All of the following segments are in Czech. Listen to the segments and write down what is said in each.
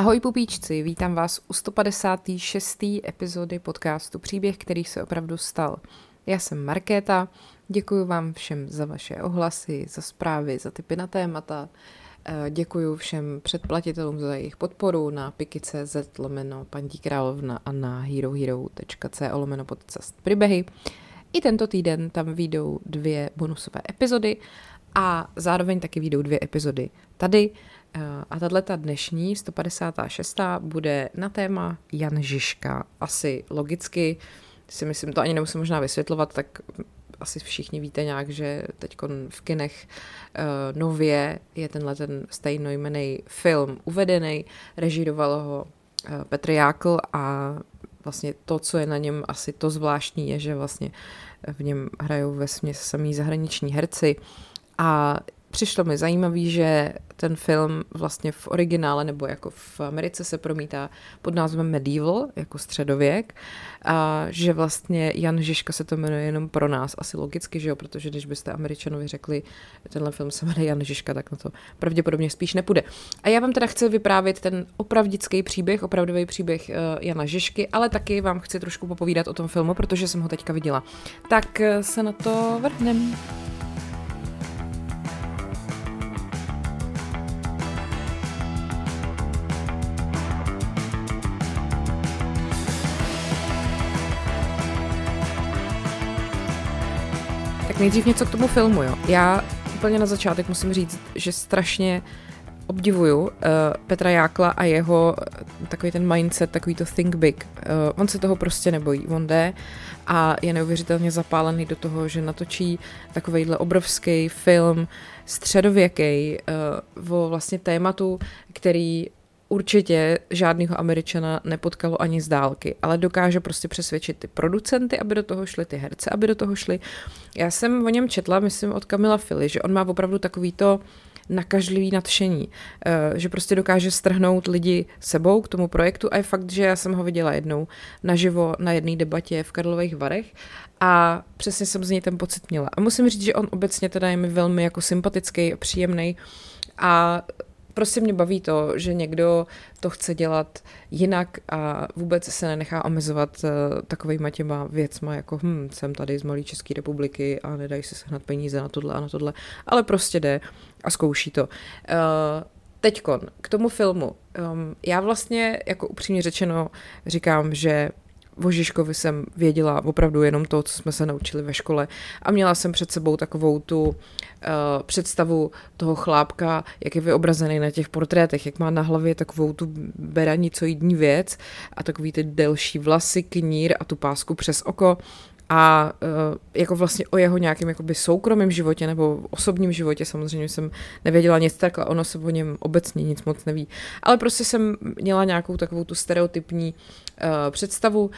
Ahoj pupíčci, vítám vás u 156. epizody podcastu Příběh, který se opravdu stal. Já jsem Markéta, děkuji vám všem za vaše ohlasy, za zprávy, za tipy na témata. Děkuji všem předplatitelům za jejich podporu na piky.cz/Paní královna a na herohero.co/podcast příběhy. I tento týden tam vyjdou 2 bonusové epizody a zároveň taky vyjdou 2 epizody tady. A tato dnešní 156. bude na téma Jan Žižka. Asi logicky si myslím, to ani nemusím možná vysvětlovat, tak asi všichni víte nějak, že teď v kinech nově je ten stejnojmenný film uvedený, režíroval ho Petr Jákl a vlastně to, co je na něm asi to zvláštní, je, že vlastně v něm hrajou vesměs samý zahraniční herci a přišlo mi zajímavý, že ten film vlastně v originále nebo jako v Americe se promítá pod názvem Medieval, jako středověk, a že vlastně Jan Žižka se to jmenuje jenom pro nás, asi logicky, že jo, protože když byste Američanovi řekli, tenhle film se jmenuje Jan Žižka, tak na to pravděpodobně spíš nepůjde. A já vám teda chci vyprávět ten opravdický příběh, opravdový příběh Jana Žižky, ale taky vám chci trošku popovídat o tom filmu, protože jsem ho teďka viděla. Tak se na to vrhneme. Nejdřív něco k tomu filmu, jo. Já úplně na začátek musím říct, že strašně obdivuju Petra Jákla a jeho takový ten mindset, takový to think big. On se toho prostě nebojí, on jde a je neuvěřitelně zapálený do toho, že natočí takovejhle obrovský film, středověký, o vlastně tématu, který určitě žádného Američana nepotkalo ani z dálky, ale dokáže prostě přesvědčit ty producenty, aby do toho šli, ty herce, aby do toho šli. Já jsem o něm četla, myslím od Kamila Fili, že on má opravdu takový to nakažlivý nadšení, že prostě dokáže strhnout lidi sebou k tomu projektu a je fakt, že já jsem ho viděla jednou naživo na jedné debatě v Karlových Varech a přesně jsem z něj ten pocit měla. A musím říct, že on obecně teda je mi velmi jako sympatický a příjemný a prostě mě baví to, že někdo to chce dělat jinak a vůbec se nenechá omezovat takovejma těma věcma, jako jsem tady z malé České republiky a nedají se sehnat peníze na tohle a na tohle, ale prostě jde a zkouší to. Teďkon, k tomu filmu. Já vlastně, jako upřímně řečeno, říkám, že o Žižkovi jsem věděla opravdu jenom to, co jsme se naučili ve škole a měla jsem před sebou takovou tu představu toho chlápka, jak je vyobrazený na těch portrétech, jak má na hlavě takovou tu beranicoidní věc a takový ty delší vlasy, knír a tu pásku přes oko a jako vlastně o jeho nějakém jakoby soukromém životě nebo osobním životě samozřejmě jsem nevěděla nic takhle, ono se o něm obecně nic moc neví. Ale prostě jsem měla nějakou takovou tu stereotypní představu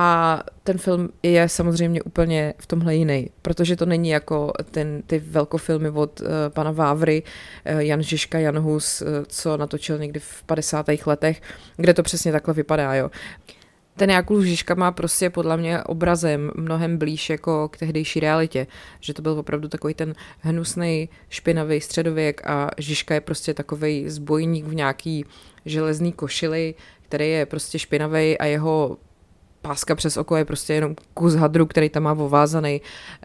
a ten film je samozřejmě úplně v tomhle jiný, protože to není jako ty velkofilmy od pana Vávry, Jan Žižka, Jan Hus, co natočil někdy v 50. letech, kde to přesně takhle vypadá, jo. Ten Jakub Žižka má prostě podle mě obrazem mnohem blíž jako k tehdejší realitě, že to byl opravdu takový ten hnusnej, špinavý středověk a Žižka je prostě takovej zbojník v nějaký železný košili, který je prostě špinavý a jeho páska přes oko je prostě jenom kus hadru, který tam má ovázaný.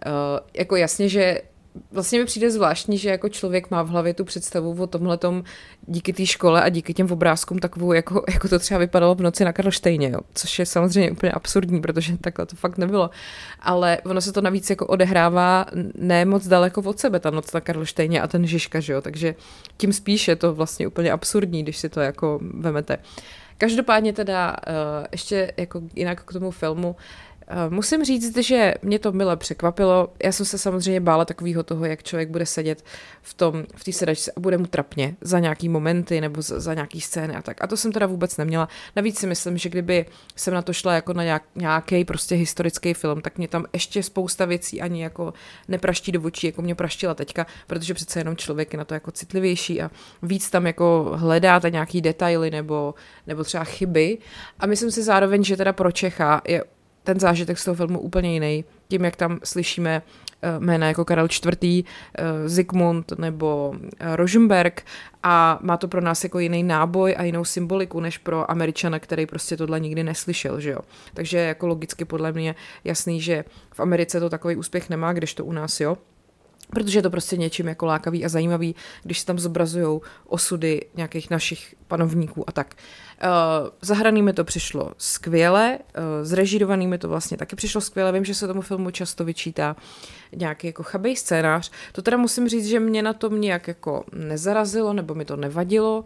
Jako jasně, že vlastně mi přijde zvláštní, že jako člověk má v hlavě tu představu o tomhletom díky té škole a díky těm obrázkům takovou, jako to třeba vypadalo v noci na Karlštejně, jo. Což je samozřejmě úplně absurdní, protože takhle to fakt nebylo. Ale ono se to navíc jako odehrává ne moc daleko od sebe, ta noc na Karlštejně a ten Žižka, že jo. Takže tím spíš je to vlastně úplně absurdní, když si to jako vemete. Každopádně teda ještě jako jinak k tomu filmu, musím říct, že mě to mile překvapilo. Já jsem se samozřejmě bála takového toho, jak člověk bude sedět v té sedačce a bude mu trapně za nějaký momenty nebo za nějaký scény a tak. A to jsem teda vůbec neměla. Navíc si myslím, že kdyby jsem na to šla jako na nějaký prostě historický film, tak mě tam ještě spousta věcí ani jako nepraští do očí, jako mě praštila teďka, protože přece jenom člověk je na to jako citlivější a víc tam jako hledáte nějaký detaily nebo třeba chyby. A myslím si zároveň, že teda pro Čecha je ten zážitek z toho filmu úplně jiný. Tím, jak tam slyšíme jména jako Karel IV., Zikmund nebo Rožmberk a má to pro nás jako jiný náboj a jinou symboliku než pro Američana, který prostě tohle nikdy neslyšel, že jo. Takže jako logicky podle mě jasný, že v Americe to takový úspěch nemá, kdežto u nás jo. Protože je to prostě něčím jako lákavý a zajímavý, když se tam zobrazujou osudy nějakých našich panovníků a tak. Zahraný mi to přišlo skvěle, zrežírovaný mi to vlastně taky přišlo skvěle, vím, že se tomu filmu často vyčítá nějaký jako chabej scénář. To teda musím říct, že mě na tom nějak jako nezarazilo, nebo mi to nevadilo.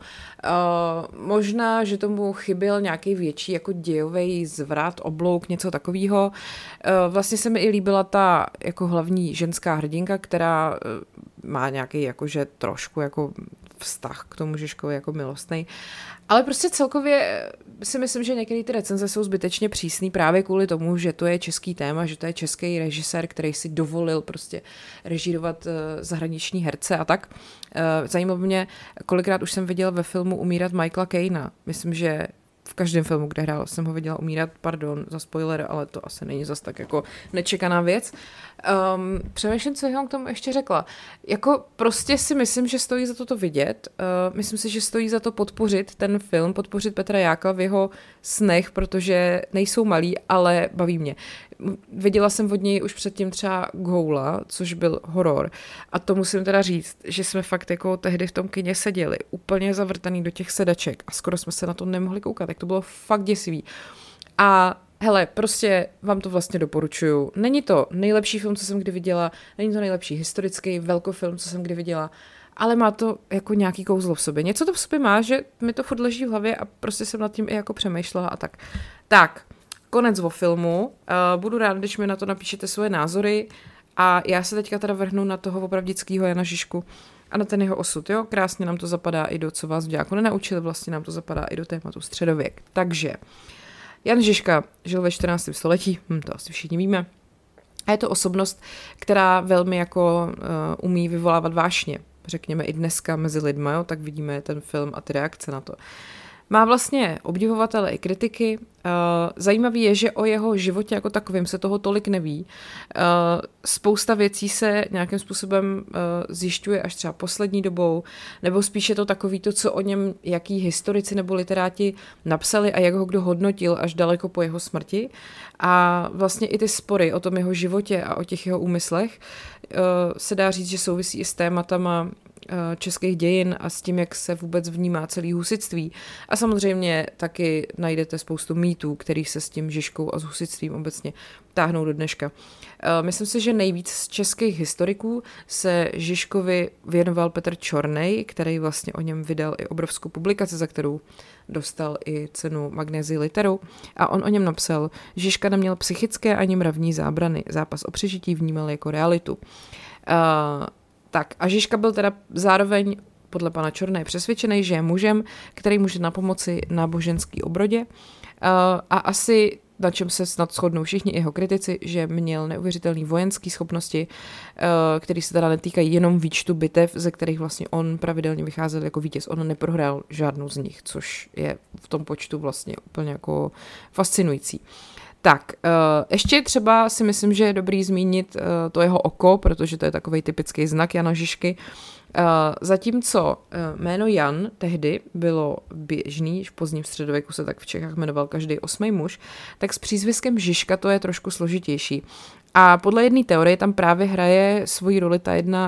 Možná, že tomu chyběl nějaký větší jako dějový zvrat, oblouk, něco takového. Vlastně se mi i líbila ta jako hlavní ženská hrdinka, která má nějaký jakože trošku jako vztah k tomu Žižkovi jako milostnej. Ale prostě celkově si myslím, že některé ty recenze jsou zbytečně přísný právě kvůli tomu, že to je český téma, že to je český režisér, který si dovolil prostě režírovat zahraniční herce a tak. Zajímalo mě, kolikrát už jsem viděla ve filmu umírat Michaela Caina. Myslím, že v každém filmu, kde hrál, jsem ho viděla umírat, pardon za spoiler, ale to asi není zas tak jako nečekaná věc. Přemýšlím, co jsem k tomu ještě řekla. Jako prostě si myslím, že stojí za to vidět. Myslím si, že stojí za to podpořit ten film, podpořit Petra Jákla v jeho snech, protože nejsou malí, ale baví mě. Viděla jsem od něj už předtím třeba Goula, což byl horor. A to musím teda říct, že jsme fakt jako tehdy v tom kině seděli, úplně zavrtaný do těch sedaček a skoro jsme se na to nemohli koukat, tak to bylo fakt děsivý. A hele, prostě vám to vlastně doporučuju. Není to nejlepší film, co jsem kdy viděla, není to nejlepší historický velkofilm, co jsem kdy viděla, ale má to jako nějaký kouzlo v sobě. Něco to v sobě má, že mi to furt leží v hlavě a prostě jsem nad tím i jako přemýšlela a tak. Tak, konec o filmu. Budu ráda, když mi na to napíšete svoje názory a já se teďka teda vrhnu na toho opravdického Jana Žižku a na ten jeho osud, jo? Krásně nám to zapadá i do, co vás v dějáku nenaučili, vlastně nám to zapadá i do tématu středověk. Takže Jan Žižka žil ve 14. století, to asi všichni víme. A je to osobnost, která velmi jako umí vyvolávat vášně. Řekněme i dneska mezi lidma, jo? Tak vidíme ten film a ty reakce na to. Má vlastně obdivovatele i kritiky. Zajímavý je, že o jeho životě jako takovým se toho tolik neví. Spousta věcí se nějakým způsobem zjišťuje až třeba poslední dobou, nebo spíše to takový to, co o něm jaký historici nebo literáti napsali a jak ho kdo hodnotil až daleko po jeho smrti. A vlastně i ty spory o tom jeho životě a o těch jeho úmyslech se dá říct, že souvisí i s tématama českých dějin a s tím, jak se vůbec vnímá celý husitství. A samozřejmě taky najdete spoustu mýtů, který se s tím Žižkou a s husitstvím obecně táhnou do dneška. Myslím si, že nejvíc z českých historiků se Žižkovi věnoval Petr Čornej, který vlastně o něm vydal i obrovskou publikaci, za kterou dostal i cenu Magnézii literu. A on o něm napsal, Žižka neměl psychické ani mravní zábrany. Zápas o přežití vnímal jako realitu. Tak a Žižka byl teda zároveň podle pana Čorné přesvědčený, že je mužem, který může napomoci náboženský obrodě a asi na čem se snad shodnou všichni jeho kritici, že měl neuvěřitelné vojenské schopnosti, které se teda netýkají jenom výčtu bitev, ze kterých vlastně on pravidelně vycházel jako vítěz. On neprohrál žádnou z nich, což je v tom počtu vlastně úplně jako fascinující. Tak, ještě třeba si myslím, že je dobrý zmínit to jeho oko, protože to je takovej typický znak Jana Žižky. Zatímco jméno Jan tehdy bylo běžný, v pozdním středověku se tak v Čechách jmenoval každý 8. muž, tak s přízviskem Žižka to je trošku složitější. A podle jedné teorie tam právě hraje svoji roli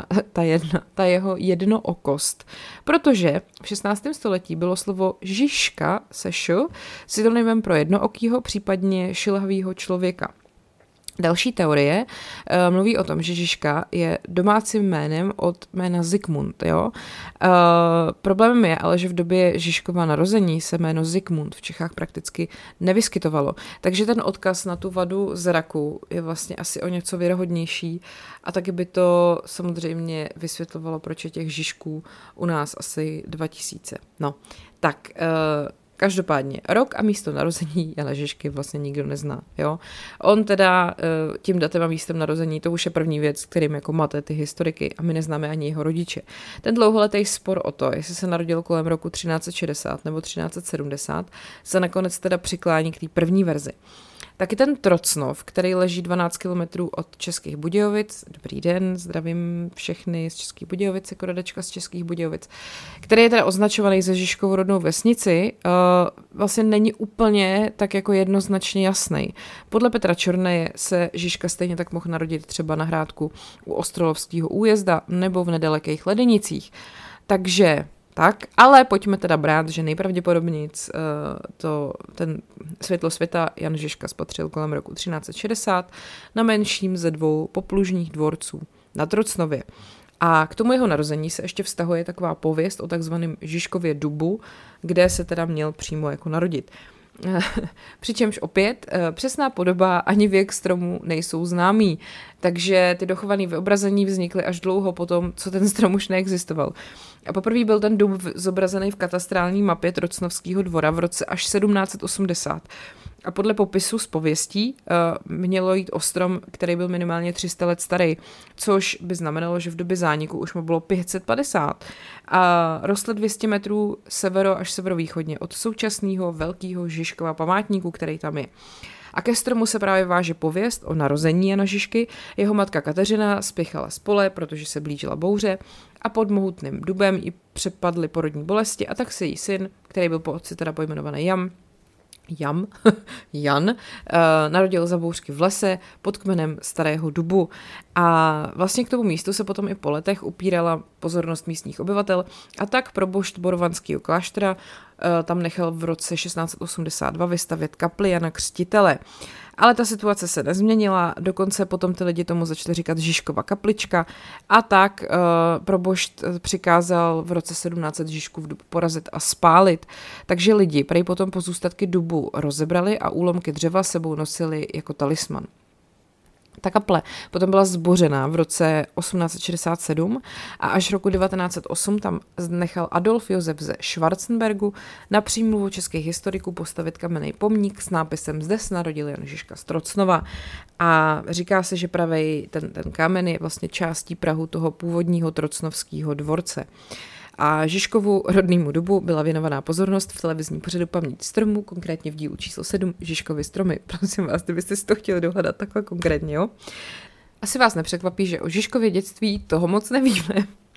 ta jeho jednookost. Protože v 16. století bylo slovo Žižka se š synonymem pro jednookýho, případně šilhavýho člověka. Další teorie mluví o tom, že Žižka je domácím jménem od jména Zikmund. Jo? Problémem je ale, že v době Žižkova narození se jméno Zikmund v Čechách prakticky nevyskytovalo. Takže ten odkaz na tu vadu zraku je vlastně asi o něco věrohodnější a taky by to samozřejmě vysvětlovalo, proč je těch Žižků u nás asi 2000. No, tak... Každopádně rok a místo narození Jana Žižky vlastně nikdo nezná. Jo? On teda tím datem a místem narození, to už je první věc, kterým jako máte ty historiky a my neznáme ani jeho rodiče. Ten dlouholetý spor o to, jestli se narodil kolem roku 1360 nebo 1370, se nakonec teda přiklání k té první verzi. taky ten Trocnov, který leží 12 kilometrů od Českých Budějovic. Dobrý den, zdravím všechny z Českých Budějovic, jako Radečka z Českých Budějovic, který je teda označovaný za Žižkovu rodnou vesnici, vlastně není úplně tak jako jednoznačně jasný. Podle Petra Čorneje se Žižka stejně tak mohl narodit třeba na Hrádku u Ostrolovského újezda nebo v nedalekých Ledenicích. Takže tak, ale pojďme teda brát, že nejpravděpodobněji ten světlo světa Jan Žižka spatřil kolem roku 1360 na menším ze 2 poplužních dvorců na Trocnově. A k tomu jeho narození se ještě vztahuje taková pověst o takzvaném Žižkově dubu, kde se teda měl přímo jako narodit. Přičemž opět přesná podoba ani věk stromu nejsou známý, takže ty dochované vyobrazení vznikly až dlouho potom, co ten strom už neexistoval. A poprvé byl ten dub zobrazený v katastrální mapě Trocnovského dvora v roce až 1780. A podle popisu z pověstí mělo jít o strom, který byl minimálně 300 let starý, což by znamenalo, že v době zániku už mu bylo 550 a rostl 200 metrů severo až severovýchodně od současného velkého Žižkova památníku, který tam je. A ke stromu se právě váže pověst o narození Jana Žižky. Jeho matka Kateřina spěchala z pole, protože se blížila bouře a pod mohutným dubem jí přepadly porodní bolesti a tak se její syn, který byl po otci teda pojmenovaný Jan, narodil za bouřky v lese pod kmenem starého dubu. A vlastně k tomu místu se potom i po letech upírala pozornost místních obyvatel a tak probošt Borovanského kláštera tam nechal v roce 1682 vystavět kapli Jana Křtitele. Ale ta situace se nezměnila, dokonce potom ty lidi tomu začali říkat Žižkova kaplička a tak probošt přikázal v roce 1700 Žižkův dub porazit a spálit. Takže lidi prej potom pozůstatky dubu rozebrali a úlomky dřeva sebou nosili jako talisman. Ta kaple potom byla zbořena v roce 1867 a až roku 1908 tam nechal Adolf Josef ze Schwarzenbergu na přímluvu českých historiků postavit kamenný pomník s nápisem Zde se narodil Jan Žižka z Trocnova a říká se, že pravej ten kámen je vlastně částí prahu toho původního trocnovského dvorce. A Žižkovu rodnému dubu byla věnovaná pozornost v televizní pořadu Paměť stromů, konkrétně v dílu číslo 7 Žižkovy stromy. Prosím vás, kdybyste si to chtěli dohledat takhle konkrétně, jo? Asi vás nepřekvapí, že o Žižkově dětství toho moc nevíme.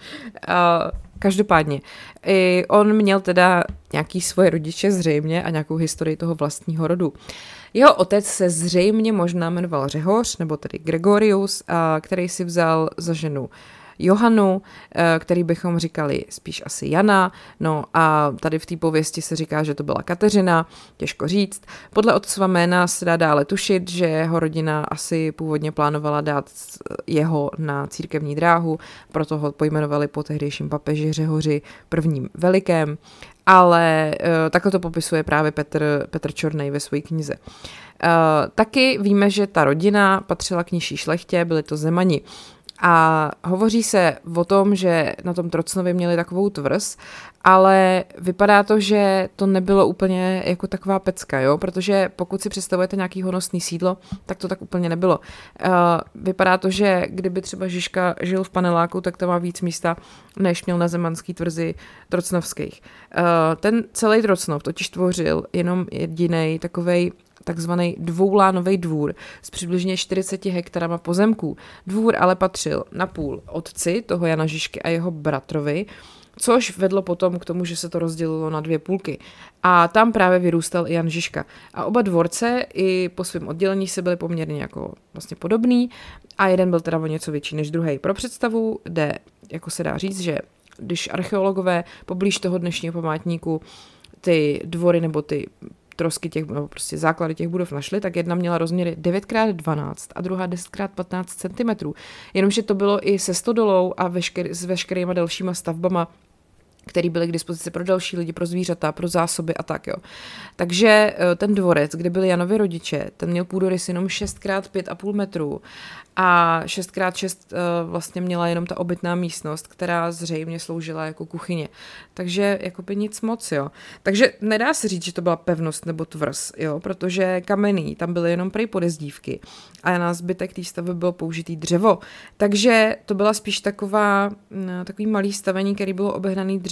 Každopádně, on měl teda nějaký svoje rodiče zřejmě a nějakou historii toho vlastního rodu. Jeho otec se zřejmě možná jmenoval Řehoř, nebo tedy Gregorius, který si vzal za ženu Johanu, který bychom říkali spíš asi Jana, no a tady v té pověsti se říká, že to byla Kateřina, těžko říct. Podle otcova jména se dá dále tušit, že jeho rodina asi původně plánovala dát jeho na církevní dráhu, proto ho pojmenovali po tehdejším papeži Řehoři I. Velikém, ale takhle to popisuje právě Petr Čornej ve své knize. Taky víme, že ta rodina patřila k nižší šlechtě, byli to Zemani. A hovoří se o tom, že na tom Trocnově měli takovou tvrz, ale vypadá to, že to nebylo úplně jako taková pecka, jo? Protože pokud si představujete nějaký honosný sídlo, tak to tak úplně nebylo. Vypadá to, že kdyby třeba Žižka žil v paneláku, tak to má víc místa, než měl na zemanský tvrzi trocnovských. Ten celý Trocnov totiž tvořil jenom jedinej takovej takzvaný dvoulánový dvůr s přibližně 40 hektarama pozemků. Dvůr ale patřil napůl otci, toho Jana Žižky a jeho bratrovi, což vedlo potom k tomu, že se to rozdělilo na 2 půlky. A tam právě vyrůstal i Jan Žižka. A oba dvorce i po svém oddělení se byly poměrně jako vlastně podobný a jeden byl teda o něco větší než druhý. Pro představu jde, jako se dá říct, že když archeologové poblíž toho dnešního památníku ty dvory nebo ty trosky těch, nebo prostě základy těch budov našly, tak jedna měla rozměry 9x12 a druhá 10x15 cm. Jenomže to bylo i se stodolou a s veškerýma dalšíma stavbama, které byly k dispozici pro další lidi, pro zvířata, pro zásoby a tak, jo. Takže ten dvorec, kde byli Janovi rodiče, ten měl půdorys jenom 6x5,5 metrů a 6x6 vlastně měla jenom ta obytná místnost, která zřejmě sloužila jako kuchyně. Takže jakoby nic moc, jo. Takže nedá se říct, že to byla pevnost nebo tvrz, jo, protože kamenný, tam byly jenom prej podezdívky a na zbytek té stavby bylo použitý dřevo. Takže to byla spíš takový malý stavení, který bylo obehnaný dřevo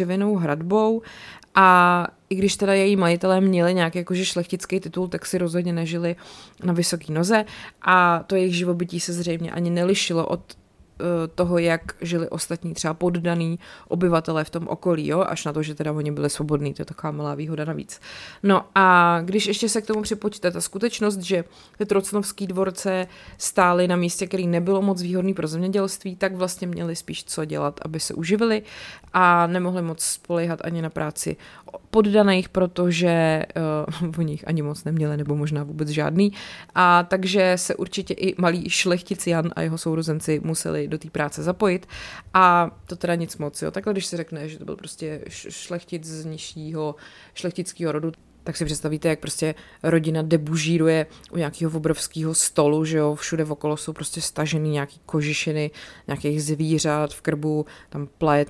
dřevěnou hradbou a i když teda její majitelé měli nějaký jakože šlechtický titul, tak si rozhodně nežili na vysoký noze a to jejich živobytí se zřejmě ani nelišilo od toho, jak žili ostatní třeba poddaný obyvatelé v tom okolí, jo? Až na to, že teda oni byli svobodní, to je taková malá výhoda navíc. No a když ještě se k tomu připočte ta skutečnost, že ty trocnovský dvorce stály na místě, který nebylo moc výhodný pro zemědělství, tak vlastně měli spíš co dělat, aby se uživili a nemohli moc spoléhat ani na práci poddaných, protože oni jich ani moc neměli, nebo možná vůbec žádný. A takže se určitě i malý šlechtic Jan a jeho sourozenci museli do té práce zapojit. A to teda nic moc, jo. Takhle, když se řekne, že to byl prostě šlechtic z nižšího šlechtického rodu, tak si představíte, jak prostě rodina debužíruje u nějakého obrovského stolu, že jo, všude okolo jsou prostě stažený nějaký kožišiny, nějakých zvířat v krbu, tam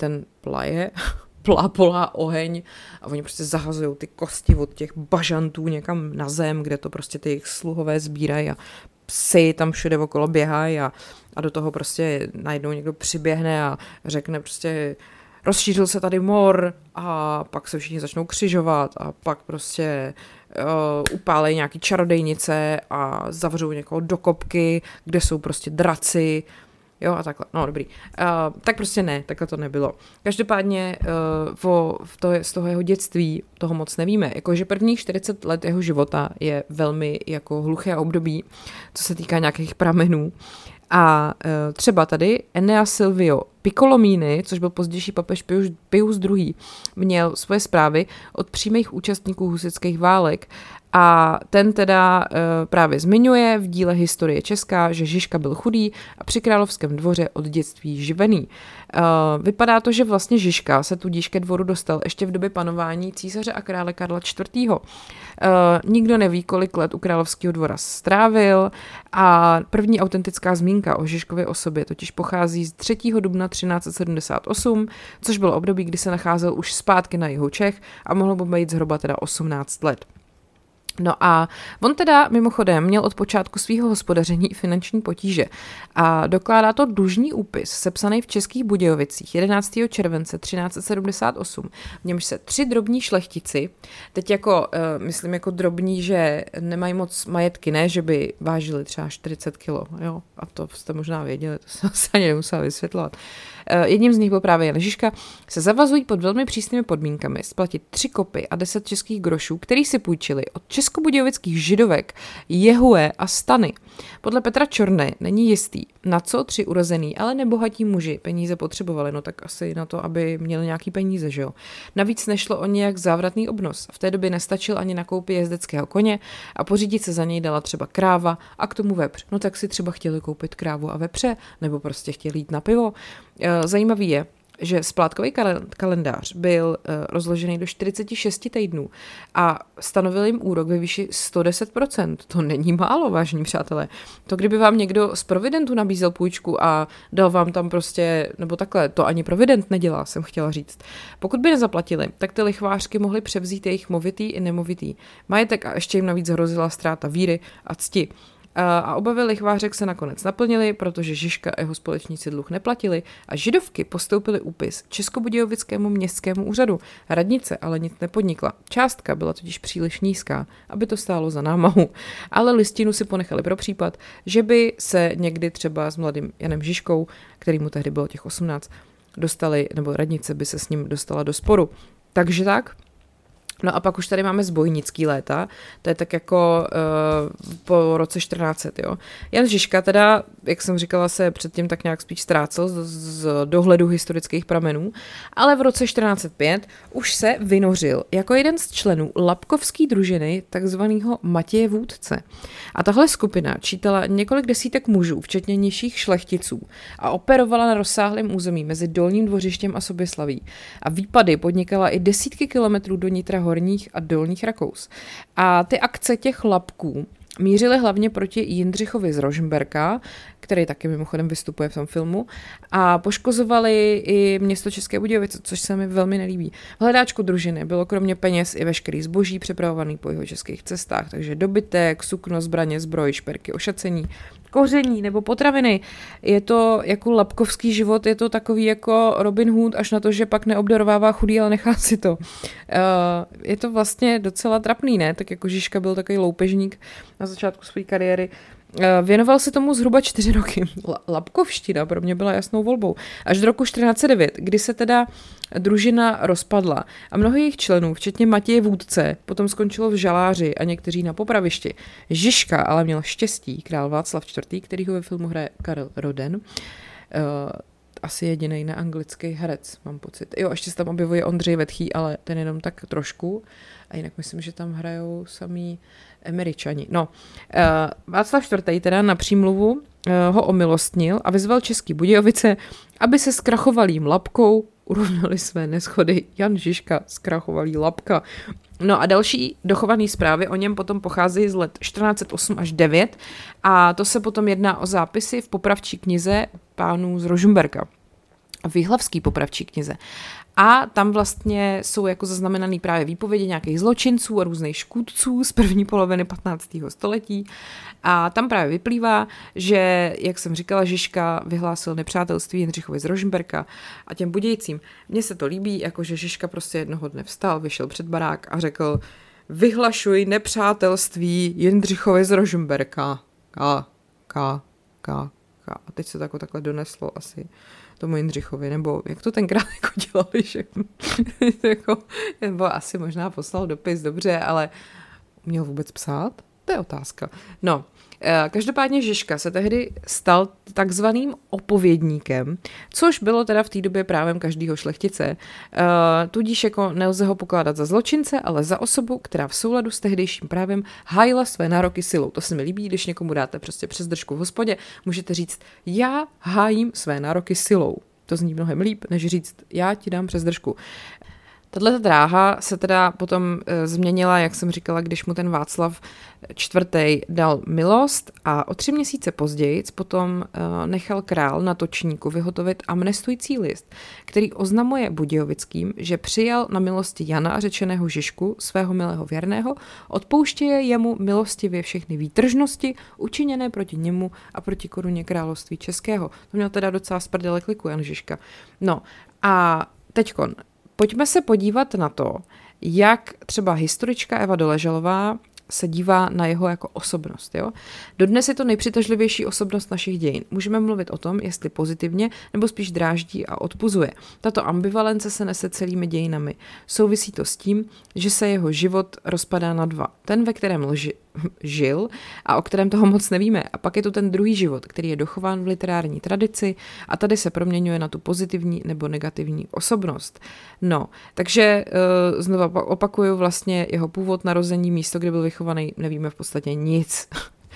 polá oheň a oni prostě zahazují ty kosti od těch bažantů někam na zem, kde to prostě ty jejich sluhové sbírají a psy tam všude okolo běhají a do toho prostě najednou někdo přiběhne a řekne prostě rozšířil se tady mor a pak se všichni začnou křižovat a pak prostě upálejí nějaký čarodejnice a zavřou někoho do kopky, kde jsou prostě draci. Jo, a takhle. No, dobrý. Tak prostě ne, takhle to nebylo. Každopádně z toho jeho dětství toho moc nevíme. Jakože prvních 40 let jeho života je velmi jako hluché období, co se týká nějakých pramenů. A třeba tady Ennea Silvio Piccolomini, což byl pozdější papež Pius II., měl svoje zprávy od přímých účastníků husitských válek a ten teda právě zmiňuje v díle Historie česká, že Žižka byl chudý a při královském dvoře od dětství živený. Vypadá to, že vlastně Žižka se tudíž ke dvoru dostal ještě v době panování císaře a krále Karla IV. Nikdo neví, kolik let u královského dvora strávil a první autentická zmínka o Žižkově osobě totiž pochází z 3. dubna 1378, což bylo období, kdy se nacházel už zpátky na jihu Čech a mohlo by být zhruba teda 18 let. No a on teda mimochodem měl od počátku svého hospodaření i finanční potíže a dokládá to dlužný úpis sepsaný v Českých Budějovicích 11. července 1378, v němž se 3 drobní šlechtici, teď jako, myslím jako drobní, že nemají moc majetky, ne, že by vážili třeba 40 kilo, jo, a to jste možná věděli, to jsem se ani nemusela vysvětlovat. Jedním z nich byl právě Jan Žižka, se zavazují pod velmi přísnými podmínkami splatit 3 kopy a 10 českých grošů, který si půjčili od českobudějovických židovek Jehue a Stany. Podle Petra Čorné není jistý, na co 3 urozený, ale nebohatí muži peníze potřebovali, no tak asi na to, aby měli nějaký peníze, že jo. Navíc nešlo o nějak závratný obnos. V té době nestačil ani na koupi jezdeckého koně a pořídit se za něj dala třeba kráva a k tomu vepř. No tak si třeba chtěli koupit krávu a vepře, nebo prostě chtěli jít na pivo. Zajímavý je, že splátkový kalendář byl rozložený do 46 týdnů a stanovil jim úrok ve výši 110%. To není málo, vážní přátelé. To kdyby vám někdo z Providentu nabízel půjčku a dal vám tam prostě, nebo takhle, to ani Provident nedělá, jsem chtěla říct. Pokud by nezaplatili, tak ty lichvářky mohly převzít jejich movitý i nemovitý majetek a ještě jim navíc hrozila ztráta víry a cti. A obavy lichvářek se nakonec naplnily, protože Žižka a jeho společníci dluh neplatili a židovky postoupily úpis Českobudějovickému městskému úřadu. Radnice ale nic nepodnikla. Částka byla totiž příliš nízká, aby to stálo za námahu. Ale listinu si ponechali pro případ, že by se někdy třeba s mladým Janem Žižkou, který mu tehdy bylo těch 18, dostali, nebo radnice by se s ním dostala do sporu. Takže tak. No a pak už tady máme zbojnický léta, to je tak jako po roce 1400, jo. Jan Žižka teda, jak jsem říkala, se předtím tak nějak spíš ztrácel z dohledu historických pramenů, ale v roce 1405 už se vynořil jako jeden z členů lapkovské družiny takzvaného Matěje Vůdce. A tahle skupina čítala několik desítek mužů, včetně nižších šlechticů a operovala na rozsáhlém území mezi Dolním Dvořištěm a Soběslaví. A výpady podnikala i desítky kilometrů do nitra Horních a Dolních Rakous. A ty akce těch lapků mířily hlavně proti Jindřichovi z Rožmberka, který taky mimochodem vystupuje v tom filmu, a poškozovali i město České Budějovice, což se mi velmi nelíbí. V hledáčku družiny bylo kromě peněz i veškerý zboží přepravovaný po jeho českých cestách, takže dobytek, sukno, zbraně, zbroj, šperky, ošacení. koření nebo potraviny. Je to jako lapkovský život, je to takový jako Robin Hood, až na to, že pak neobdarovává chudý, ale nechá si to. Je to vlastně docela trapný, ne? Tak jako Žižka byl takový loupežník na začátku své kariéry. Věnoval se tomu zhruba 4 roky. Lapkovština pro mě byla jasnou volbou. Až do roku 1409, kdy se teda družina rozpadla a mnoho jejich členů, včetně Matěje Vůdce, potom skončilo v žaláři a někteří na popravišti. Žižka ale měl štěstí, král Václav IV., který ho ve filmu hraje Karel Roden, asi jedinej neanglický herec, mám pocit. Jo, ještě se tam objevuje Ondřej Vetchý, ale ten jenom tak trošku. A jinak myslím, že tam hrajou samý Američani. No, Václav IV. Teda na přímluvu ho omilostnil a vyzval Český Budějovice, aby se s krachovalým Lapkou urovnali své neschody. Jan Žižka zkrachovalý Lapka. No a další dochované zprávy o něm potom pocházejí z let 1408 až 9 a to se potom jedná o zápisy v popravčí knize pánů z Rožmberka. V Jihlavský popravčí knize. A tam vlastně jsou jako zaznamenaný právě výpovědi nějakých zločinců a různých škůdců z první poloviny 15. století. A tam právě vyplývá, že, jak jsem říkala, Žižka vyhlásil nepřátelství Jindřichovi z Rožmberka a těm Budějcím. Mně se to líbí, jakože Žižka prostě jednoho dne vstal, vyšel před barák a řekl: vyhlašuji nepřátelství Jindřichovi z Rožmberka. A teď se to takhle doneslo asi tomu Jindřichovi, nebo jak to tenkrát jako dělali, že jako, nebo asi možná poslal dopis, dobře, ale uměl vůbec psát? To je otázka. No, každopádně Žižka se tehdy stal takzvaným opovědníkem, což bylo teda v té době právem každého šlechtice. Tudíž jako nelze ho pokládat za zločince, ale za osobu, která v souladu s tehdejším právem hájila své nároky silou. To se mi líbí, když někomu dáte prostě přes držku v hospodě, můžete říct: já hájím své nároky silou. To zní mnohem líp, než říct: já ti dám přes držku. Tato dráha se teda potom změnila, jak jsem říkala, když mu ten Václav IV. Dal milost a o 3 měsíce později potom nechal král na točníku vyhotovit amnestující list, který oznamuje Budějovickým, že přijal na milosti Jana, řečeného Žižku, svého milého věrného, odpouštěje jemu milostivě všechny výtržnosti učiněné proti němu a proti koruně království českého. To měl teda docela z prdele kliku Jan Žižka. No a teďkon pojďme se podívat na to, jak třeba historička Eva Doležalová se dívá na jeho jako osobnost. Jo? Dodnes je to nejpřitažlivější osobnost našich dějin. Můžeme mluvit o tom, jestli pozitivně nebo spíš dráždí a odpuzuje. Tato ambivalence se nese celými dějinami. Souvisí to s tím, že se jeho život rozpadá na dva. Ten, ve kterém žil a o kterém toho moc nevíme. A pak je tu ten druhý život, který je dochován v literární tradici a tady se proměňuje na tu pozitivní nebo negativní osobnost. No, takže znovu opakuju vlastně jeho původ, narození, místo, kde byl vychovaný, nevíme v podstatě nic.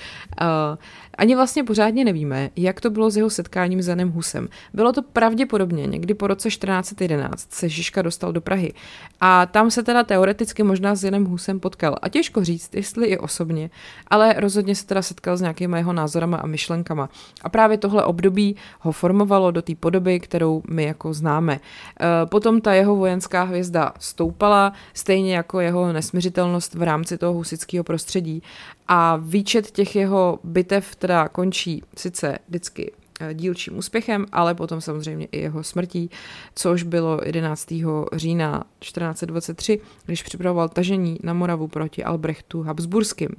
Ani vlastně pořádně nevíme, jak to bylo s jeho setkáním s Janem Husem. Bylo to pravděpodobně někdy po roce 1411 se Žižka dostal do Prahy a tam se teda teoreticky možná s Janem Husem potkal. A těžko říct, jestli i osobně, ale rozhodně se teda setkal s nějakýma jeho názorama a myšlenkama. A právě tohle období ho formovalo do té podoby, kterou my jako známe. Potom ta jeho vojenská hvězda stoupala, stejně jako jeho nesmiřitelnost v rámci toho husitského prostředí. A výčet těch jeho bitev teda končí sice vždycky dílčím úspěchem, ale potom samozřejmě i jeho smrtí, což bylo 11. října 1423, když připravoval tažení na Moravu proti Albrechtu Habsburským.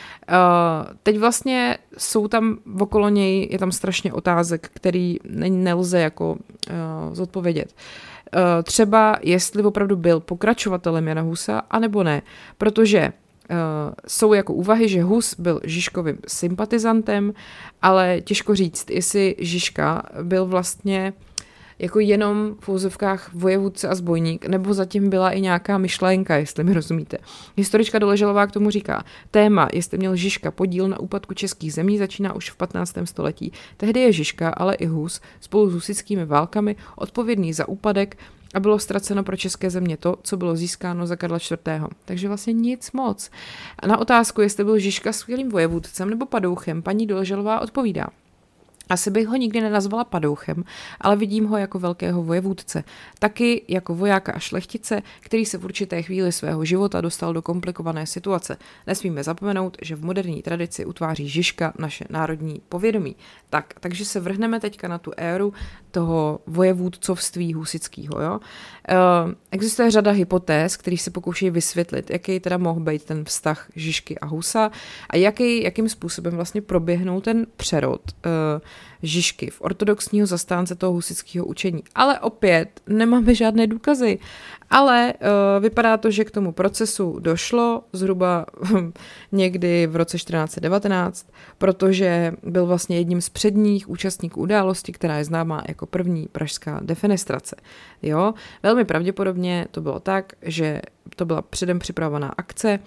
Teď vlastně jsou tam okolo něj, je tam strašně otázek, který nelze jako zodpovědět. Třeba jestli opravdu byl pokračovatelem Jana Husa, anebo ne, protože jsou jako úvahy, že Hus byl Žižkovým sympatizantem, ale těžko říct, jestli Žižka byl vlastně jako jenom v úzovkách vojevůdce a zbojník, nebo zatím byla i nějaká myšlenka, jestli mi rozumíte. Historička Doležalová k tomu říká: téma, jestli měl Žižka podíl na úpadku českých zemí, začíná už v 15. století. Tehdy je Žižka, ale i Hus spolu s husitskými válkami odpovědný za úpadek a bylo ztraceno pro české země to, co bylo získáno za Karla IV. Takže vlastně nic moc. A na otázku, jestli byl Žižka skvělým vojevůdcem nebo padouchem, paní Doležalová odpovídá: Asi bych ho nikdy nenazvala padouchem, ale vidím ho jako velkého vojevůdce. Taky jako vojáka a šlechtice, který se v určité chvíli svého života dostal do komplikované situace. Nesmíme zapomenout, že v moderní tradici utváří Žižka naše národní povědomí. Takže se vrhneme teďka na tu éru toho vojevůdcovství husitského. Jo? Existuje řada hypotéz, které se pokouší vysvětlit, jaký teda mohl být ten vztah Žižky a Husa a jakým způsobem vlastně proběhnul ten přerod Žižky v ortodoxního zastánce toho husitského učení. Ale opět nemáme žádné důkazy. Ale vypadá to, že k tomu procesu došlo zhruba někdy v roce 1419, protože byl vlastně jedním z předních účastníků události, která je známá jako první pražská defenestrace. Jo? Velmi pravděpodobně to bylo tak, že to byla předem připravovaná akce,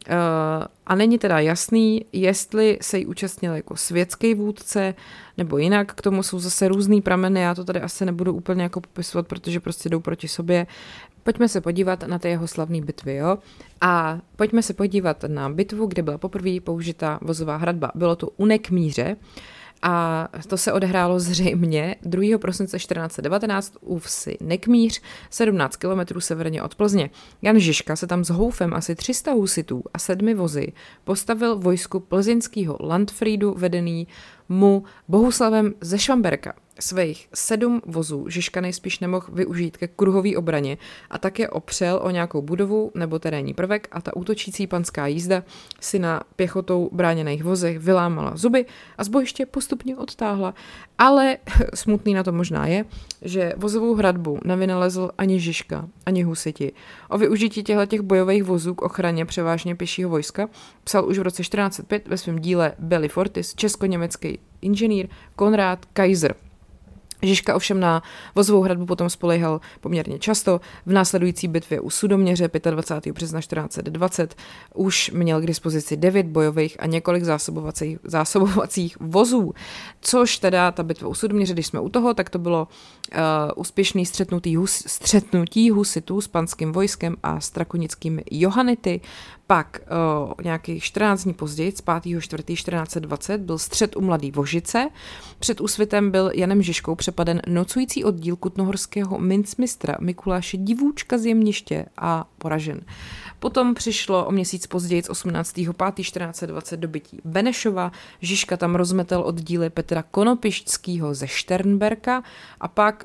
a není teda jasný, jestli se jí účastnil jako světský vůdce, nebo jinak, k tomu jsou zase různý prameny, já to tady asi nebudu úplně jako popisovat, protože prostě jdou proti sobě. Pojďme se podívat na ty jeho slavné bitvy, jo? A pojďme se podívat na bitvu, kde byla poprvé použita vozová hradba. Bylo to u Nekmíře, a to se odehrálo zřejmě 2. prosince 1419 u vsi Nekmíř, 17 kilometrů severně od Plzně. Jan Žižka se tam s houfem asi 300 husitů a 7 vozy postavil vojsku plzeňského Landfriedu vedený mu Bohuslavem ze Švamberka. Svých 7 vozů Žižka nejspíš nemohl využít ke kruhové obraně a také opřel o nějakou budovu nebo terénní prvek a ta útočící panská jízda si na pěchotou bráněných vozech vylámala zuby a z bojiště postupně odtáhla. Ale smutný na to možná je, že vozovou hradbu nevynalezl ani Žižka, ani husiti. O využití těchto bojových vozů k ochraně převážně pěšího vojska psal už v roce 1405 ve svém díle Belli Fortis česko-německý inženýr Konrad Kaiser. Žižka ovšem na vozovou hradbu potom spoléhal poměrně často. V následující bitvě u Sudoměře 25. března 1420 už měl k dispozici 9 bojových a několik zásobovacích vozů, což teda ta bitva u Sudoměře, když jsme u toho, tak to bylo úspěšný střetnutí husitů s panským vojskem a strakonickými Johannity. Pak nějakých 14 dní později, z 5.4.1420, byl střet u Mladý Vožice. Před úsvitem byl Janem Žižkou přepaden nocující oddíl kutnohorského mincmistra Mikuláše Divůčka z Jemniště a poražen. Potom přišlo o měsíc později, 18.5.1420, dobytí Benešova. Žižka tam rozmetel oddíly Petra Konopišťského ze Šternberka a pak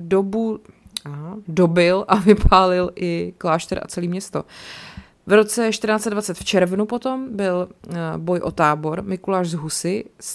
dobil a vypálil i klášter a celé město. V roce 1420 v červnu potom byl boj o Tábor. Mikuláš z Husy z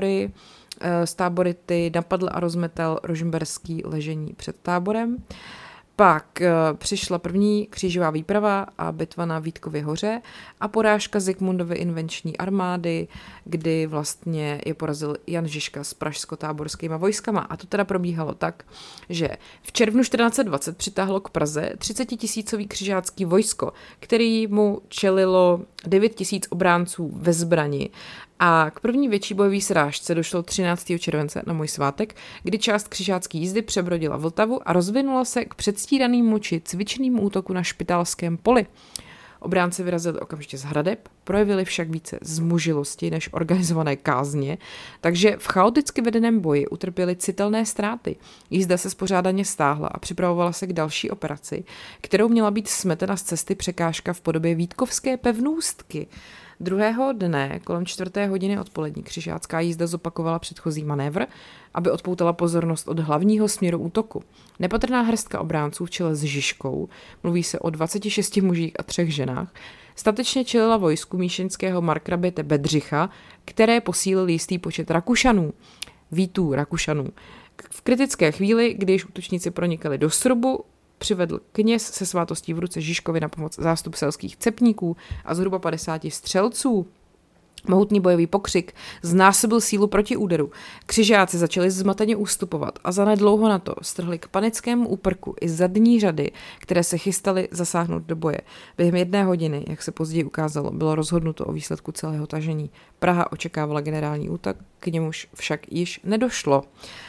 Tábory ty napadl a rozmetal rožmberský ležení před Táborem. Pak přišla první křížová výprava a bitva na Vítkově hoře a porážka Zikmundovy invenční armády, kdy vlastně je porazil Jan Žižka s pražsko-táborskýma vojskama. A to teda probíhalo tak, že v červnu 1420 přitáhlo k Praze 30 000 křižácký vojsko, který mu čelilo 9 000 obránců ve zbrani. A k první větší bojové srážce došlo 13. července na můj svátek, kdy část křižácké jízdy přebrodila Vltavu a rozvinula se k předstíranému či cvičnému útoku na Špitálském poli. Obránci vyrazili okamžitě z hradeb, projevili však více zmužilosti než organizované kázně, takže v chaoticky vedeném boji utrpěli citelné ztráty. Jízda se spořádaně stáhla a připravovala se k další operaci, kterou měla být smetena z cesty překážka v podobě Vítkovské pevnůstky. Druhého dne kolem 4. hodiny odpolední křižácká jízda zopakovala předchozí manévr, aby odpoutala pozornost od hlavního směru útoku. Nepatrná hrstka obránců v čele s Žižkou, mluví se o 26 mužích a 3 ženách, statečně čelila vojsku míšeňského markraběte Bedřicha, které posílil jistý počet Vítů Rakušanů. V kritické chvíli, když útočníci pronikali do srubu, přivedl kněz se svátostí v ruce Žižkovi na pomoc zástup selských cepníků a zhruba 50 střelců. Mohutný bojový pokřik znásobil sílu proti úderu. Křižáci začali zmateně ústupovat a zanedlouho na to strhli k panickému úprku i zadní řady, které se chystaly zasáhnout do boje. Během 1 hodiny, jak se později ukázalo, bylo rozhodnuto o výsledku celého tažení. Praha očekávala generální útok, k němuž však již nedošlo.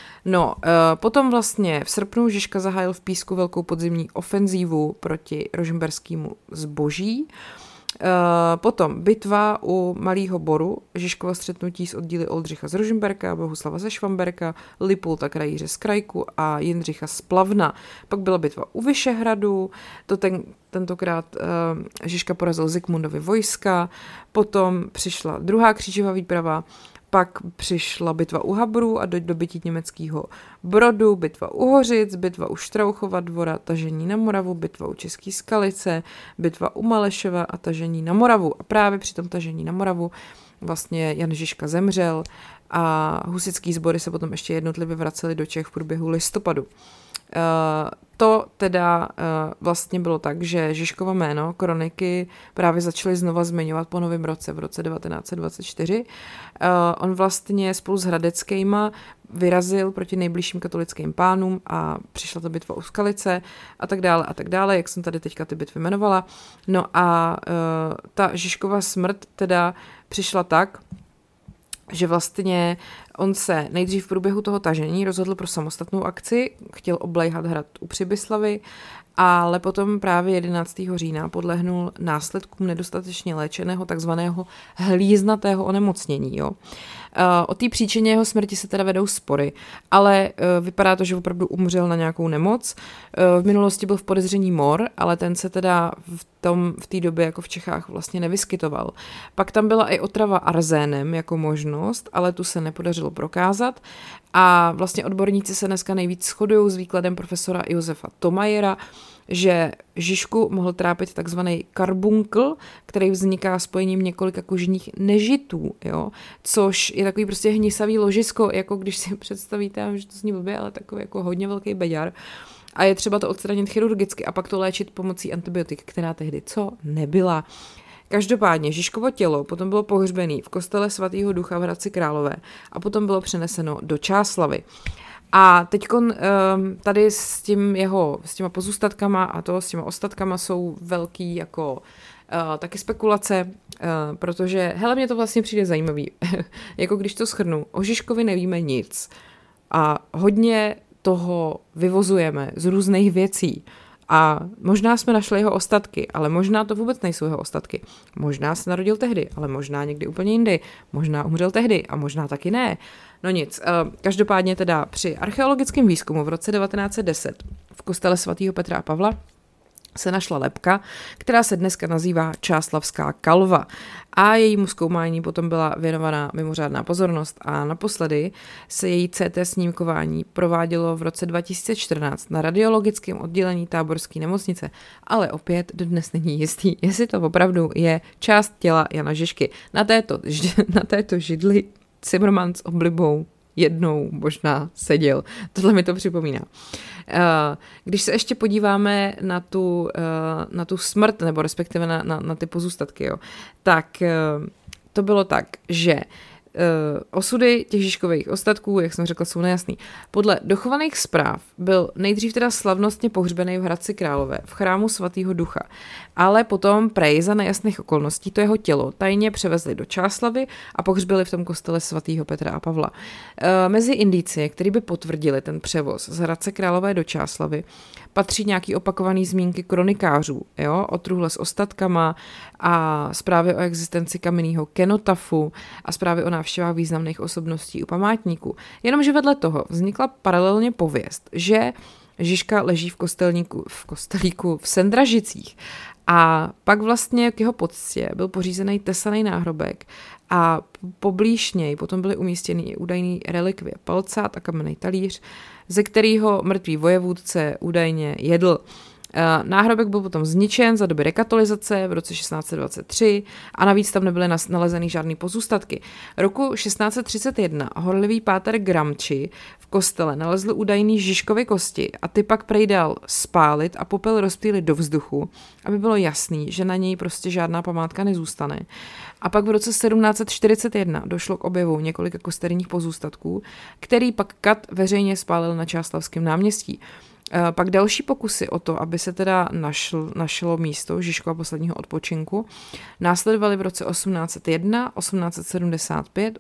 Potom vlastně v srpnu Žižka zahájil v Písku velkou podzimní ofenzívu proti rožmberskému zboží. Potom bitva u Malého Boru, Žižkovo střetnutí s oddíly Oldřicha z Rožmberka, Bohuslava ze Švamberka, Lipulta krajíře z Krajku a Jindřicha z Plavna. Pak byla bitva u Vyšehradu, tentokrát Žižka porazil Zikmundovi vojska, potom přišla druhá křížová výprava, pak přišla bitva u Habru a dobytí německého Brodu, bitva u Hořic, bitva u Štrouchova Dvora, tažení na Moravu, bitva u České Skalice, bitva u Malešova a tažení na Moravu. A právě při tom tažení na Moravu vlastně Jan Žižka zemřel a husitský sbory se potom ještě jednotlivě vracely do Čech v průběhu listopadu. To teda vlastně bylo tak, že Žižkovo jméno kroniky právě začaly znova zmiňovat po novém roce, v roce 1924. On vlastně spolu s Hradeckýma vyrazil proti nejbližším katolickým pánům a přišla ta bitva u Skalice a tak dále, jak jsem tady teďka ty bitvy jmenovala. No a ta Žižkova smrt teda přišla tak, že vlastně on se nejdřív v průběhu toho tažení rozhodl pro samostatnou akci, chtěl oblejhat hrad u Přibyslavy, ale potom právě 11. října podlehnul následkům nedostatečně léčeného takzvaného hlíznatého onemocnění. Jo. O té příčině jeho smrti se teda vedou spory, ale vypadá to, že opravdu umřel na nějakou nemoc. V minulosti byl v podezření mor, ale ten se teda v té době jako v Čechách vlastně nevyskytoval. Pak tam byla i otrava arzénem jako možnost, ale tu se nepodařilo prokázat a vlastně odborníci se dneska nejvíc shodují s výkladem profesora Josefa Tomajera, že Žižku mohl trápit takzvaný karbunkl, který vzniká spojením několika kožních nežitů, jo? Což je takový prostě hnisavý ložisko, jako když si představíte, že to zní blbě, ale takový jako hodně velký beďar. A je třeba to odstranit chirurgicky a pak to léčit pomocí antibiotik, která tehdy nebyla. Každopádně Žižkovo tělo potom bylo pohřbené v kostele svatého Ducha v Hradci Králové a potom bylo přeneseno do Čáslavy. A teď tady s těma pozůstatkama a s těma ostatkama jsou velký jako taky spekulace, protože mně to vlastně přijde zajímavý. Jako když to shrnu, o Žižkovi nevíme nic a hodně toho vyvozujeme z různých věcí. A možná jsme našli jeho ostatky, ale možná to vůbec nejsou jeho ostatky. Možná se narodil tehdy, ale možná někdy úplně jindy. Možná umřel tehdy a možná taky ne. No nic, každopádně teda při archeologickém výzkumu v roce 1910 v kostele svatého Petra a Pavla se našla lebka, která se dneska nazývá Čáslavská kalva a jejímu zkoumání potom byla věnovaná mimořádná pozornost a naposledy se její CT snímkování provádělo v roce 2014 na radiologickém oddělení Táborské nemocnice, ale opět dodnes není jistý, jestli to opravdu je část těla Jana Žižky. Na této židli Cimrman s oblibou jednou možná seděl. Tohle mi to připomíná. Když se ještě podíváme na tu smrt, nebo respektive na ty pozůstatky, jo, tak to bylo tak, že osudy těch Žižkových ostatků, jak jsem řekla, jsou nejasný. Podle dochovaných zpráv byl nejdřív teda slavnostně pohřbený v Hradci Králové, v chrámu svatého Ducha, ale potom prej za nejasných okolností to jeho tělo tajně převezli do Čáslavy a pohřbili v tom kostele svatého Petra a Pavla. Mezi indicie, které by potvrdili ten převoz z Hradce Králové do Čáslavy, patří nějaký opakovaný zmínky kronikářů, jo, o truhle s ostatkama a zprávy o existenci kamenného kenotafu a zprávy o návštěvách významných osobností u památníků. Jenomže vedle toho vznikla paralelně pověst, že Žižka leží v kostelíku v Sendražicích a pak vlastně k jeho poctě byl pořízený tesaný náhrobek a poblíž něj potom byly umístěny i údajný relikvie palcát a kamenný talíř, ze kterého mrtvý vojevůdce údajně jedl. Náhrobek byl potom zničen za doby rekatolizace v roce 1623 a navíc tam nebyly nalezeny žádný pozůstatky. Roku 1631 horlivý páter Gramči v kostele nalezl údajný Žižkovy kosti a ty pak prej dal spálit a popel rozptýlit do vzduchu, aby bylo jasný, že na něj prostě žádná památka nezůstane. A pak v roce 1741 došlo k objevu několika kosterních pozůstatků, který pak kat veřejně spálil na Čáslavském náměstí. Pak další pokusy o to, aby se teda našlo místo Žižkova posledního odpočinku, následovaly v roce 1801, 1875,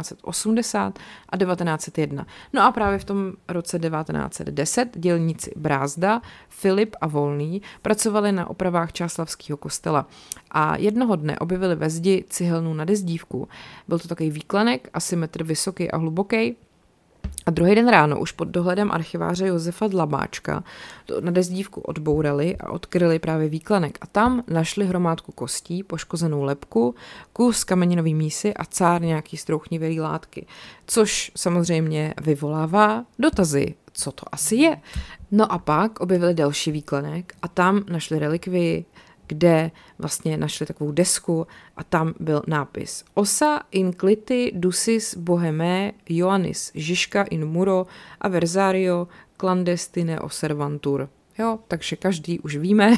1880 a 1901. No a právě v tom roce 1910 dělníci Brázda, Filip a Volný pracovali na opravách Čáslavského kostela a jednoho dne objevili ve zdi cihelnu na dezdívku. Byl to takový výklenek, asi metr vysoký a hluboký. A druhý den ráno už pod dohledem archiváře Josefa Dlabáčka to na dezdívku odbourali a odkryli právě výklenek. A tam našli hromádku kostí, poškozenou lebku, kus kameninový mísy a cár nějaký strouchnivělý látky. Což samozřejmě vyvolává dotazy, co to asi je. No a pak objevili další výklenek a tam našli relikvii, kde vlastně našli takovou desku a tam byl nápis Ossa incliti ducis bohemé Ioannis Žižka in muro aversario clandestine observantur. Jo, takže každý už víme.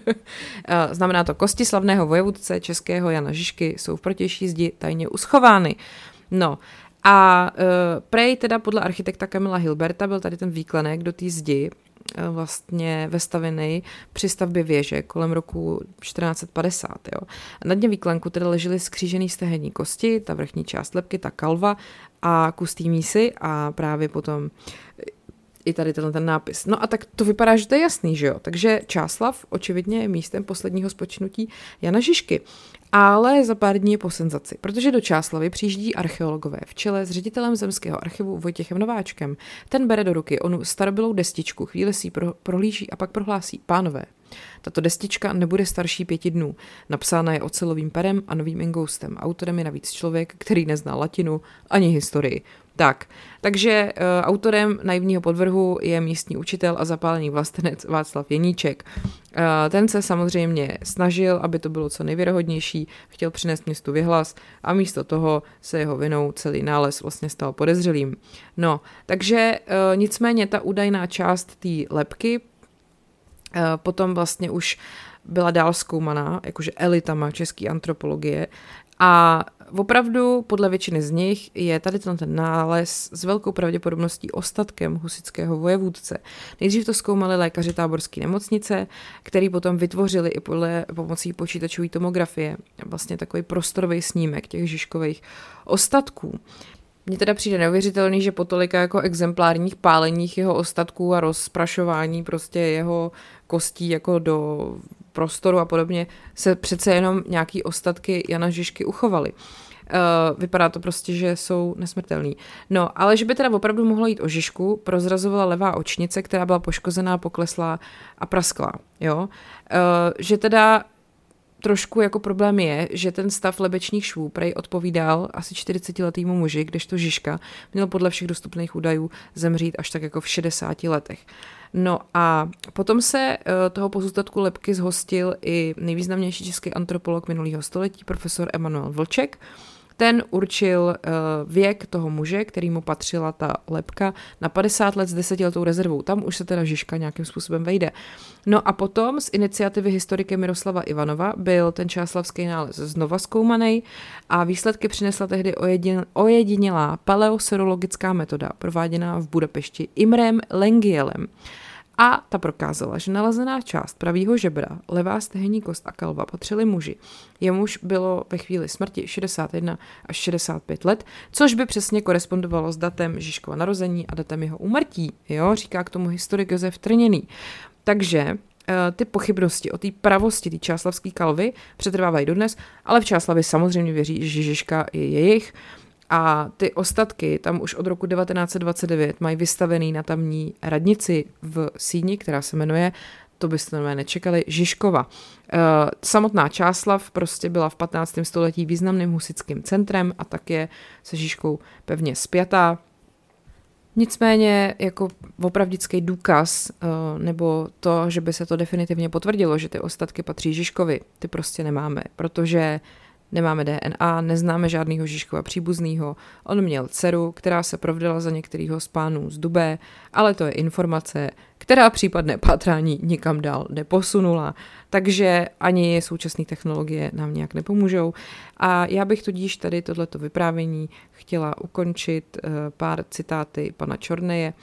Znamená to kosti slavného vojevůdce českého Jana Žižky jsou v protější zdi tajně uschovány. No a prej teda podle architekta Kamila Hilberta byl tady ten výklenek do té zdi vlastně vestavený při stavbě věže kolem roku 1450. Jo. A na dně výklenku teda ležely skřížený stehenní kosti, ta vrchní část lebky, ta kalva a kus té mísy a právě potom i tady ten nápis. No a tak to vypadá, že to je jasný, že jo? Takže Čáslav očividně je místem posledního spočinutí Jana Žižky. Ale za pár dní je po senzaci, protože do Čáslavy přijíždí archeologové v čele s ředitelem Zemského archivu Vojtěchem Nováčkem. Ten bere do ruky onu starobylou destičku, chvíli si ji prohlíží a pak prohlásí: pánové, tato destička nebude starší 5 dnů. Napsána je ocelovým perem a novým ingoustem. Autorem je navíc člověk, který nezná latinu ani historii. Takže autorem naivního podvrhu je místní učitel a zapálený vlastenec Václav Jeníček. Ten se samozřejmě snažil, aby to bylo co nejvěrohodnější, chtěl přinést městu věhlas a místo toho se jeho vinou celý nález vlastně stal podezřelým. No, takže nicméně ta údajná část té lebky potom vlastně už byla dál zkoumaná, jakože elitama české antropologie a opravdu podle většiny z nich je tady ten nález s velkou pravděpodobností ostatkem husitského vojevůdce. Nejdřív to zkoumali lékaři táborské nemocnice, který potom vytvořili i pomocí počítačové tomografie vlastně takový prostorový snímek těch Žižkových ostatků. Mně teda přijde neuvěřitelný, že po tolika jako exemplárních páleních jeho ostatků a rozprašování prostě jeho kostí jako do prostoru a podobně se přece jenom nějaký ostatky Jana Žižky uchovaly. Vypadá to prostě, že jsou nesmrtelný. No, ale že by teda opravdu mohlo jít o Žižku, prozrazovala levá očnice, která byla poškozená, pokleslá a prasklá. Jo? Že teda trošku jako problém je, že ten stav lebečních švů prej odpovídal asi 40letýmu muži, kdežto Žižka měl podle všech dostupných údajů zemřít až tak jako v 60 letech. No a potom se toho pozůstatku lebky zhostil i nejvýznamnější český antropolog minulého století, profesor Emanuel Vlček. Ten určil věk toho muže, kterýmu patřila ta lebka, na 50 let s 10letou rezervou. Tam už se teda Žižka nějakým způsobem vejde. No a potom z iniciativy historika Miroslava Ivanova byl ten čáslavský nález znova zkoumaný a výsledky přinesla tehdy ojedinělá paleoserologická metoda prováděná v Budapešti Imrem Lengielem. A ta prokázala, že nalezená část pravýho žebra, levá stehenní kost a kalva patřily muži. Jemuž bylo ve chvíli smrti 61 až 65 let, což by přesně korespondovalo s datem Žižkova narození a datem jeho úmrtí, jo, říká k tomu historik Josef Trněný. Takže ty pochybnosti o té pravosti té čáslavské kalvy přetrvávají dodnes, ale v Čáslavě samozřejmě věří, že Žižka je jejich. A ty ostatky tam už od roku 1929 mají vystavený na tamní radnici v síni, která se jmenuje, to byste nečekali, Žižkova. Samotná Čáslav prostě byla v 15. století významným husitským centrem a tak je se Žižkou pevně spjatá. Nicméně jako opravdický důkaz, nebo to, že by se to definitivně potvrdilo, že ty ostatky patří Žižkovi, ty prostě nemáme, protože nemáme DNA, neznáme žádného Žižkova příbuznýho. On měl dceru, která se provdala za některýho z pánů z Dubé, ale to je informace, která případné pátrání nikam dál neposunula. Takže ani současné technologie nám nějak nepomůžou. A já bych tudíž tady tohleto vyprávění chtěla ukončit pár citáty pana Čorneje,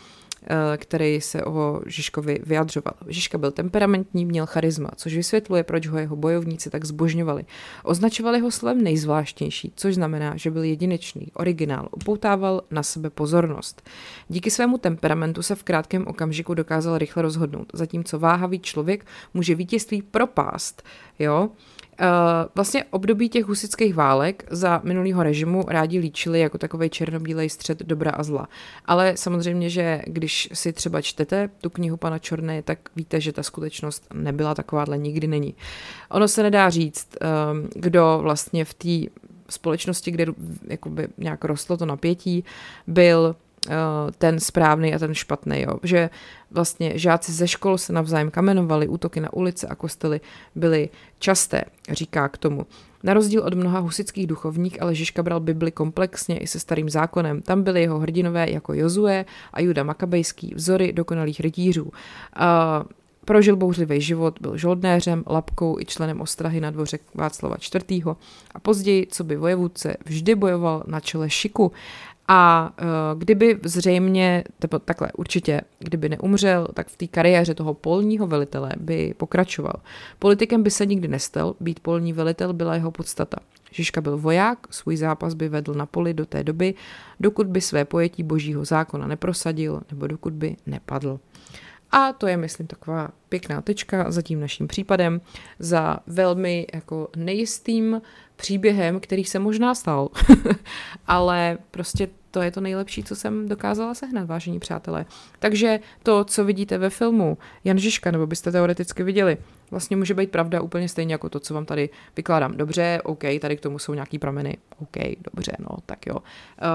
který se o Žižkovi vyjadřoval. Žižka byl temperamentní, měl charisma, což vysvětluje, proč ho jeho bojovníci tak zbožňovali. Označovali ho slovem nejzvláštnější, což znamená, že byl jedinečný, originál, upoutával na sebe pozornost. Díky svému temperamentu se v krátkém okamžiku dokázal rychle rozhodnout, zatímco váhavý člověk může vítězství propást. Jo? Vlastně období těch husitských válek za minulýho režimu rádi líčili jako takovej černobílej střed dobra a zla. Ale samozřejmě, že když si třeba čtete tu knihu pana Čorné, tak víte, že ta skutečnost nebyla takováhle, nikdy není. Ono se nedá říct, kdo vlastně v té společnosti, kde jakoby nějak rostlo to napětí, byl ten správný a ten špatný. Jo. Že vlastně žáci ze škol se navzájem kamenovali, útoky na ulice a kostely byly časté, říká k tomu. Na rozdíl od mnoha husitských duchovních, ale Žižka bral Bibli komplexně i se starým zákonem. Tam byli jeho hrdinové jako Jozue a Juda Makabejský, vzory dokonalých rytířů. Prožil bouřlivý život, byl žoldnéřem, labkou i členem ostrahy na dvoře Václava IV. A později, co by vojevůdce, vždy bojoval na čele šiku. A kdyby zřejmě, takhle určitě, kdyby neumřel, tak v té kariéře toho polního velitele by pokračoval. Politikem by se nikdy nestal, být polní velitel byla jeho podstata. Žižka byl voják, svůj zápas by vedl na poli do té doby, dokud by své pojetí božího zákona neprosadil, nebo dokud by nepadl. A to je, myslím, taková pěkná tečka za tím naším případem, za velmi jako nejistým příběhem, který se možná stal. Ale prostě to je to nejlepší, co jsem dokázala sehnat, vážení přátelé. Takže to, co vidíte ve filmu Jan Žižka, nebo byste teoreticky viděli, vlastně může být pravda úplně stejně jako to, co vám tady vykládám. Dobře, OK, tady k tomu jsou nějaký prameny. OK, dobře, no, tak jo.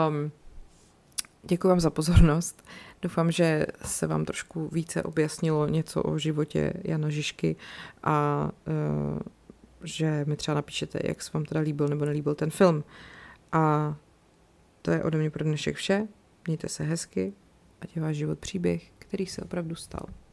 Děkuji vám za pozornost. Doufám, že se vám trošku více objasnilo něco o životě Jana Žižky a že mi třeba napíšete, jak se vám teda líbil nebo nelíbil ten film. A to je ode mě pro dnešek vše. Mějte se hezky, ať je váš život příběh, který se opravdu stal.